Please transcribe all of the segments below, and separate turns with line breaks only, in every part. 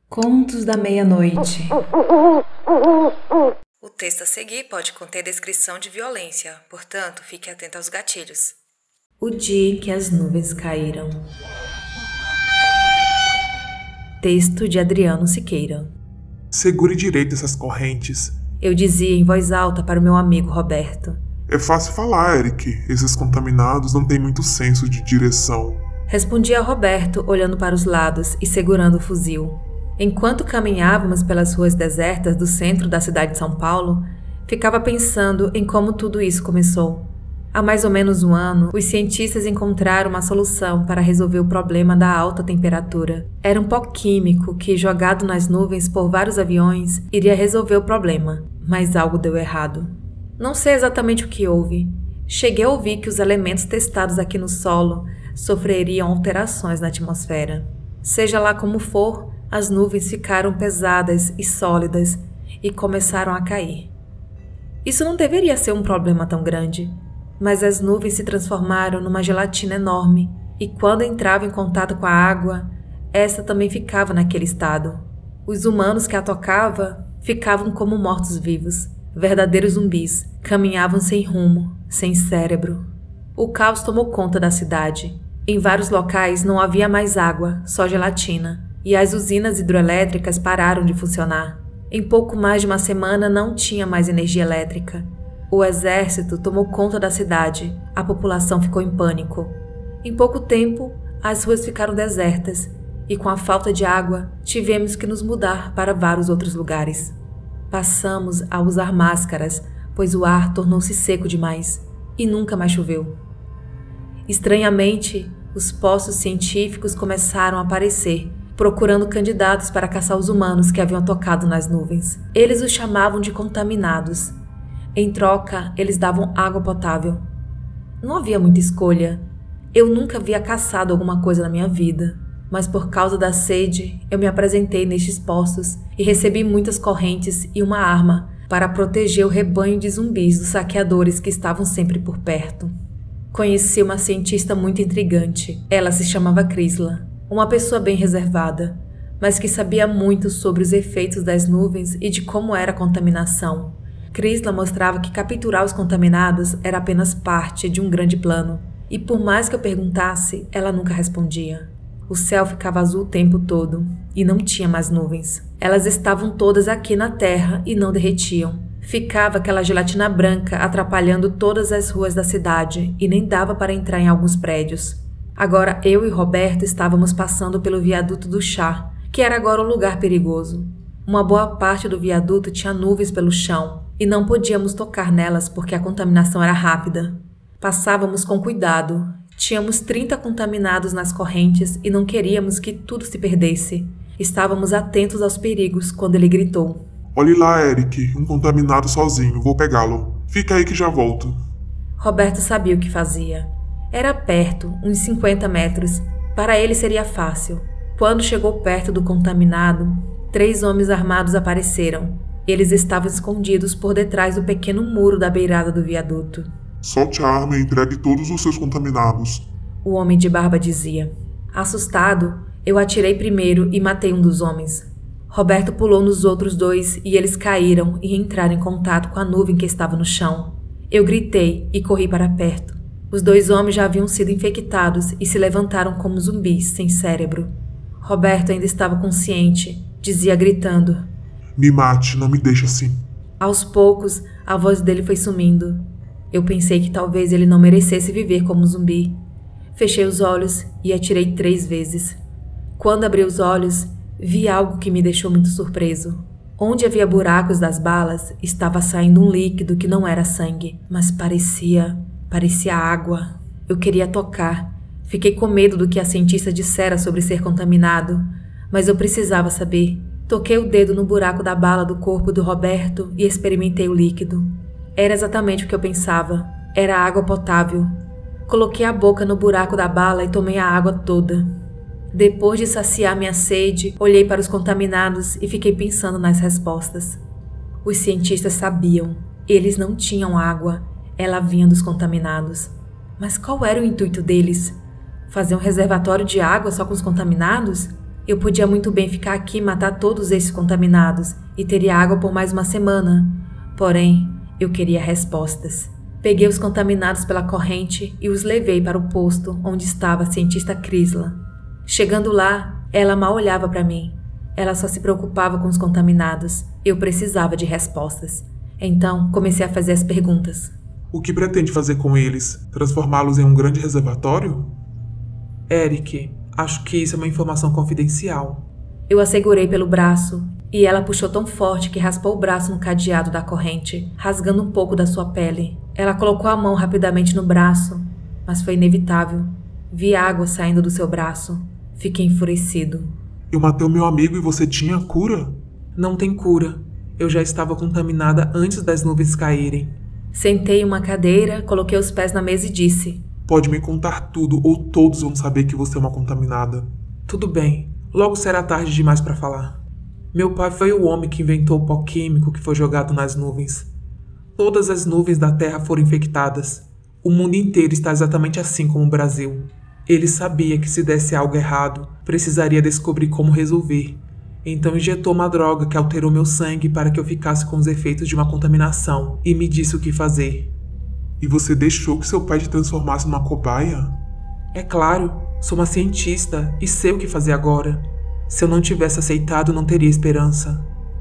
Contos da Meia-Noite.
O texto a seguir pode conter descrição de violência, portanto, fique atento aos gatilhos.
O dia em que as nuvens caíram. Texto de Adriano Siqueira.
Segure direito essas correntes.
Eu dizia em voz alta para o meu amigo Roberto.
É fácil falar, Eric. Esses contaminados não têm muito senso de direção.
Respondia Roberto, olhando para os lados e segurando o fuzil. Enquanto caminhávamos pelas ruas desertas do centro da cidade de São Paulo, ficava pensando em como tudo isso começou. Há mais ou menos um ano, os cientistas encontraram uma solução para resolver o problema da alta temperatura. Era um pó químico que, jogado nas nuvens por vários aviões, iria resolver o problema, mas algo deu errado. Não sei exatamente o que houve. Cheguei a ouvir que os elementos testados aqui no solo sofreriam alterações na atmosfera. Seja lá como for, as nuvens ficaram pesadas e sólidas e começaram a cair. Isso não deveria ser um problema tão grande, mas as nuvens se transformaram numa gelatina enorme e quando entrava em contato com a água, essa também ficava naquele estado. Os humanos que a tocavam ficavam como mortos-vivos, verdadeiros zumbis, caminhavam sem rumo, sem cérebro. O caos tomou conta da cidade. Em vários locais não havia mais água, só gelatina. E as usinas hidroelétricas pararam de funcionar. Em pouco mais de uma semana não tinha mais energia elétrica. O exército tomou conta da cidade. A população ficou em pânico. Em pouco tempo, as ruas ficaram desertas e com a falta de água, tivemos que nos mudar para vários outros lugares. Passamos a usar máscaras, pois o ar tornou-se seco demais e nunca mais choveu. Estranhamente, os postos científicos começaram a aparecer, procurando candidatos para caçar os humanos que haviam tocado nas nuvens. Eles os chamavam de contaminados. Em troca, eles davam água potável. Não havia muita escolha. Eu nunca havia caçado alguma coisa na minha vida, mas por causa da sede, eu me apresentei nestes postos e recebi muitas correntes e uma arma para proteger o rebanho de zumbis dos saqueadores que estavam sempre por perto. Conheci uma cientista muito intrigante. Ela se chamava Crisla. Uma pessoa bem reservada, mas que sabia muito sobre os efeitos das nuvens e de como era a contaminação. Crisla mostrava que capturar os contaminados era apenas parte de um grande plano, e por mais que eu perguntasse, ela nunca respondia. O céu ficava azul o tempo todo, e não tinha mais nuvens. Elas estavam todas aqui na terra e não derretiam. Ficava aquela gelatina branca atrapalhando todas as ruas da cidade e nem dava para entrar em alguns prédios. Agora eu e Roberto estávamos passando pelo viaduto do chá, que era agora um lugar perigoso. Uma boa parte do viaduto tinha nuvens pelo chão e não podíamos tocar nelas porque a contaminação era rápida. Passávamos com cuidado. Tínhamos 30 contaminados nas correntes e não queríamos que tudo se perdesse. Estávamos atentos aos perigos quando ele gritou.
Olhe lá, Eric, um contaminado sozinho, vou pegá-lo. Fica aí que já volto.
Roberto sabia o que fazia. Era perto, uns 50 metros. Para ele seria fácil. Quando chegou perto do contaminado, 3 homens armados apareceram. Eles estavam escondidos por detrás do pequeno muro da beirada do viaduto.
Solte a arma e entregue todos os seus contaminados.
O homem de barba dizia. Assustado, eu atirei primeiro e matei um dos homens. Roberto pulou nos outros 2 e eles caíram e entraram em contato com a nuvem que estava no chão. Eu gritei e corri para perto. Os 2 homens já haviam sido infectados e se levantaram como zumbis, sem cérebro. Roberto ainda estava consciente, dizia gritando.
Me mate, não me deixe assim.
Aos poucos, a voz dele foi sumindo. Eu pensei que talvez ele não merecesse viver como zumbi. Fechei os olhos e atirei 3 vezes. Quando abri os olhos, vi algo que me deixou muito surpreso. Onde havia buracos das balas, estava saindo um líquido que não era sangue, mas parecia água. Eu queria tocar. Fiquei com medo do que a cientista dissera sobre ser contaminado, mas eu precisava saber. Toquei o dedo no buraco da bala do corpo do Roberto e experimentei o líquido. Era exatamente o que eu pensava. Era água potável. Coloquei a boca no buraco da bala e tomei a água toda. Depois de saciar minha sede, olhei para os contaminados e fiquei pensando nas respostas. Os cientistas sabiam. Eles não tinham água. Ela vinha dos contaminados. Mas qual era o intuito deles? Fazer um reservatório de água só com os contaminados? Eu podia muito bem ficar aqui e matar todos esses contaminados e teria água por mais uma semana. Porém, eu queria respostas. Peguei os contaminados pela corrente e os levei para o posto onde estava a cientista Crisla. Chegando lá, ela mal olhava para mim. Ela só se preocupava com os contaminados. Eu precisava de respostas. Então, comecei a fazer as perguntas.
O que pretende fazer com eles? Transformá-los em um grande reservatório?
Eric, acho que isso é uma informação confidencial.
Eu a segurei pelo braço e ela puxou tão forte que raspou o braço no cadeado da corrente, rasgando um pouco da sua pele. Ela colocou a mão rapidamente no braço, mas foi inevitável. Vi água saindo do seu braço. Fiquei enfurecido.
Eu matei o meu amigo e você tinha cura?
Não tem cura. Eu já estava contaminada antes das nuvens caírem.
Sentei em uma cadeira, coloquei os pés na mesa e disse:
Pode me contar tudo ou todos vão saber que você é uma contaminada.
Tudo bem. Logo será tarde demais para falar. Meu pai foi o homem que inventou o pó químico que foi jogado nas nuvens. Todas as nuvens da Terra foram infectadas. O mundo inteiro está exatamente assim como o Brasil. Ele sabia que se desse algo errado, precisaria descobrir como resolver. Então injetou uma droga que alterou meu sangue para que eu ficasse com os efeitos de uma contaminação e me disse o que fazer.
E você deixou que seu pai te transformasse numa cobaia?
É claro, sou uma cientista e sei o que fazer agora. Se eu não tivesse aceitado, não teria esperança.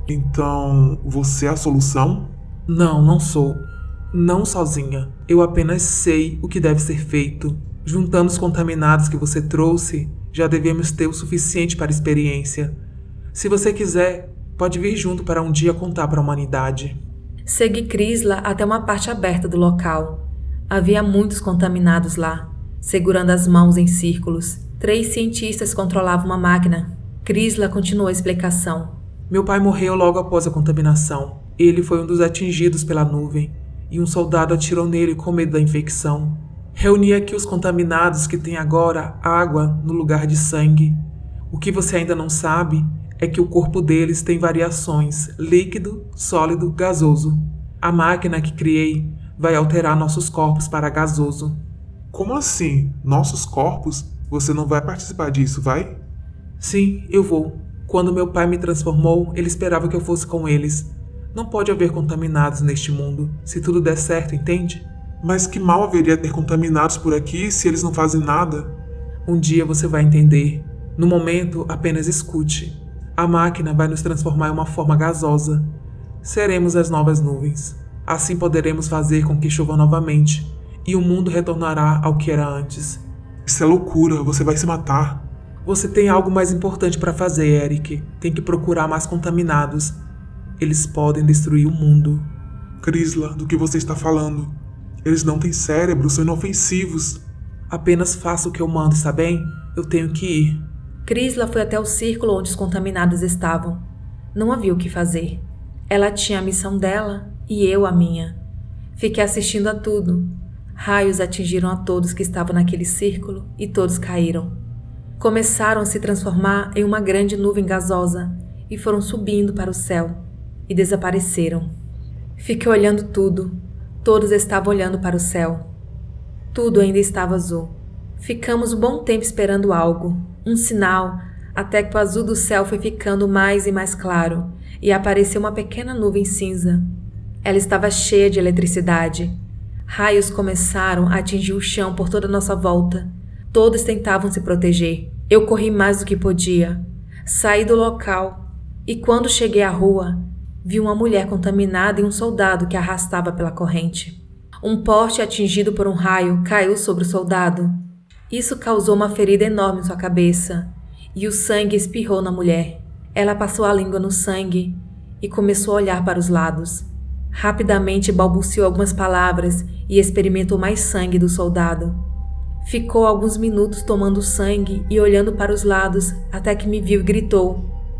Então, você é a solução?
Não, não sou. Não sozinha. Eu apenas sei o que deve ser feito. Juntando os contaminados que você trouxe, já devemos ter o suficiente para a experiência. Se você quiser, pode vir junto para um dia contar para a humanidade.
Segui Crisla até uma parte aberta do local. Havia muitos contaminados lá, segurando as mãos em círculos. 3 cientistas controlavam uma máquina. Crisla continuou a explicação.
Meu pai morreu logo após a contaminação. Ele foi um dos atingidos pela nuvem, e um soldado atirou nele com medo da infecção. Reuni aqui os contaminados que têm agora água no lugar de sangue. O que você ainda não sabe é que o corpo deles tem variações: líquido, sólido, gasoso. A máquina que criei vai alterar nossos corpos para gasoso.
Como assim? Nossos corpos? Você não vai participar disso, vai?
Sim, eu vou. Quando meu pai me transformou, ele esperava que eu fosse com eles. Não pode haver contaminados neste mundo, se tudo der certo, entende?
Mas que mal haveria ter contaminados por aqui se eles não fazem nada?
Um dia você vai entender. No momento, apenas escute. A máquina vai nos transformar em uma forma gasosa. Seremos as novas nuvens. Assim poderemos fazer com que chova novamente, e o mundo retornará ao que era antes.
Isso é loucura, você vai se matar.
Você tem algo mais importante para fazer, Eric. Tem que procurar mais contaminados. Eles podem destruir o mundo.
Crisla, do que você está falando? Eles não têm cérebro, são inofensivos.
Apenas faça o que eu mando, está bem? Eu tenho que ir.
Crisla foi até o círculo onde os contaminados estavam. Não havia o que fazer. Ela tinha a missão dela e eu a minha. Fiquei assistindo a tudo. Raios atingiram a todos que estavam naquele círculo e todos caíram. Começaram a se transformar em uma grande nuvem gasosa e foram subindo para o céu e desapareceram. Fiquei olhando tudo. Todos estavam olhando para o céu. Tudo ainda estava azul. Ficamos um bom tempo esperando algo, um sinal, até que o azul do céu foi ficando mais e mais claro e apareceu uma pequena nuvem cinza. Ela estava cheia de eletricidade. Raios começaram a atingir o chão por toda a nossa volta. Todos tentavam se proteger. Eu corri mais do que podia. Saí do local e quando cheguei à rua, vi uma mulher contaminada e um soldado que a arrastava pela corrente. Um poste atingido por um raio caiu sobre o soldado. Isso causou uma ferida enorme em sua cabeça e o sangue espirrou na mulher. Ela passou a língua no sangue e começou a olhar para os lados. Rapidamente balbuciou algumas palavras e experimentou mais sangue do soldado. Ficou alguns minutos tomando sangue e olhando para os lados até que me viu e gritou: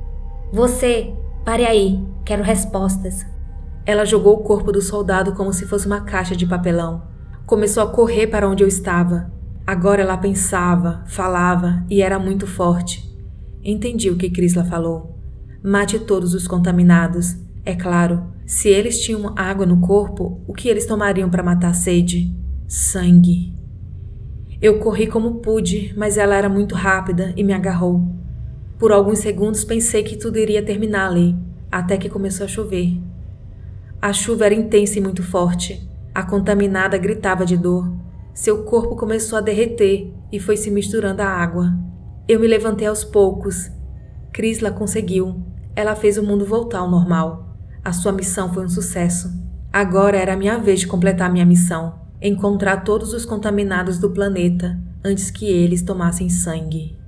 Você, pare aí, quero respostas.
Ela jogou o corpo do soldado como se fosse uma caixa de papelão. Começou a correr para onde eu estava. Agora ela pensava, falava e era muito forte. Entendi o que Crisla falou. Mate todos os contaminados. É claro, se eles tinham água no corpo, o que eles tomariam para matar a sede? Sangue. Eu corri como pude, mas ela era muito rápida e me agarrou. Por alguns segundos pensei que tudo iria terminar ali, até que começou a chover. A chuva era intensa e muito forte. A contaminada gritava de dor. Seu corpo começou a derreter e foi se misturando à água. Eu me levantei aos poucos. Crisla conseguiu. Ela fez o mundo voltar ao normal. A sua missão foi um sucesso. Agora era a minha vez de completar minha missão. Encontrar todos os contaminados do planeta antes que eles tomassem sangue.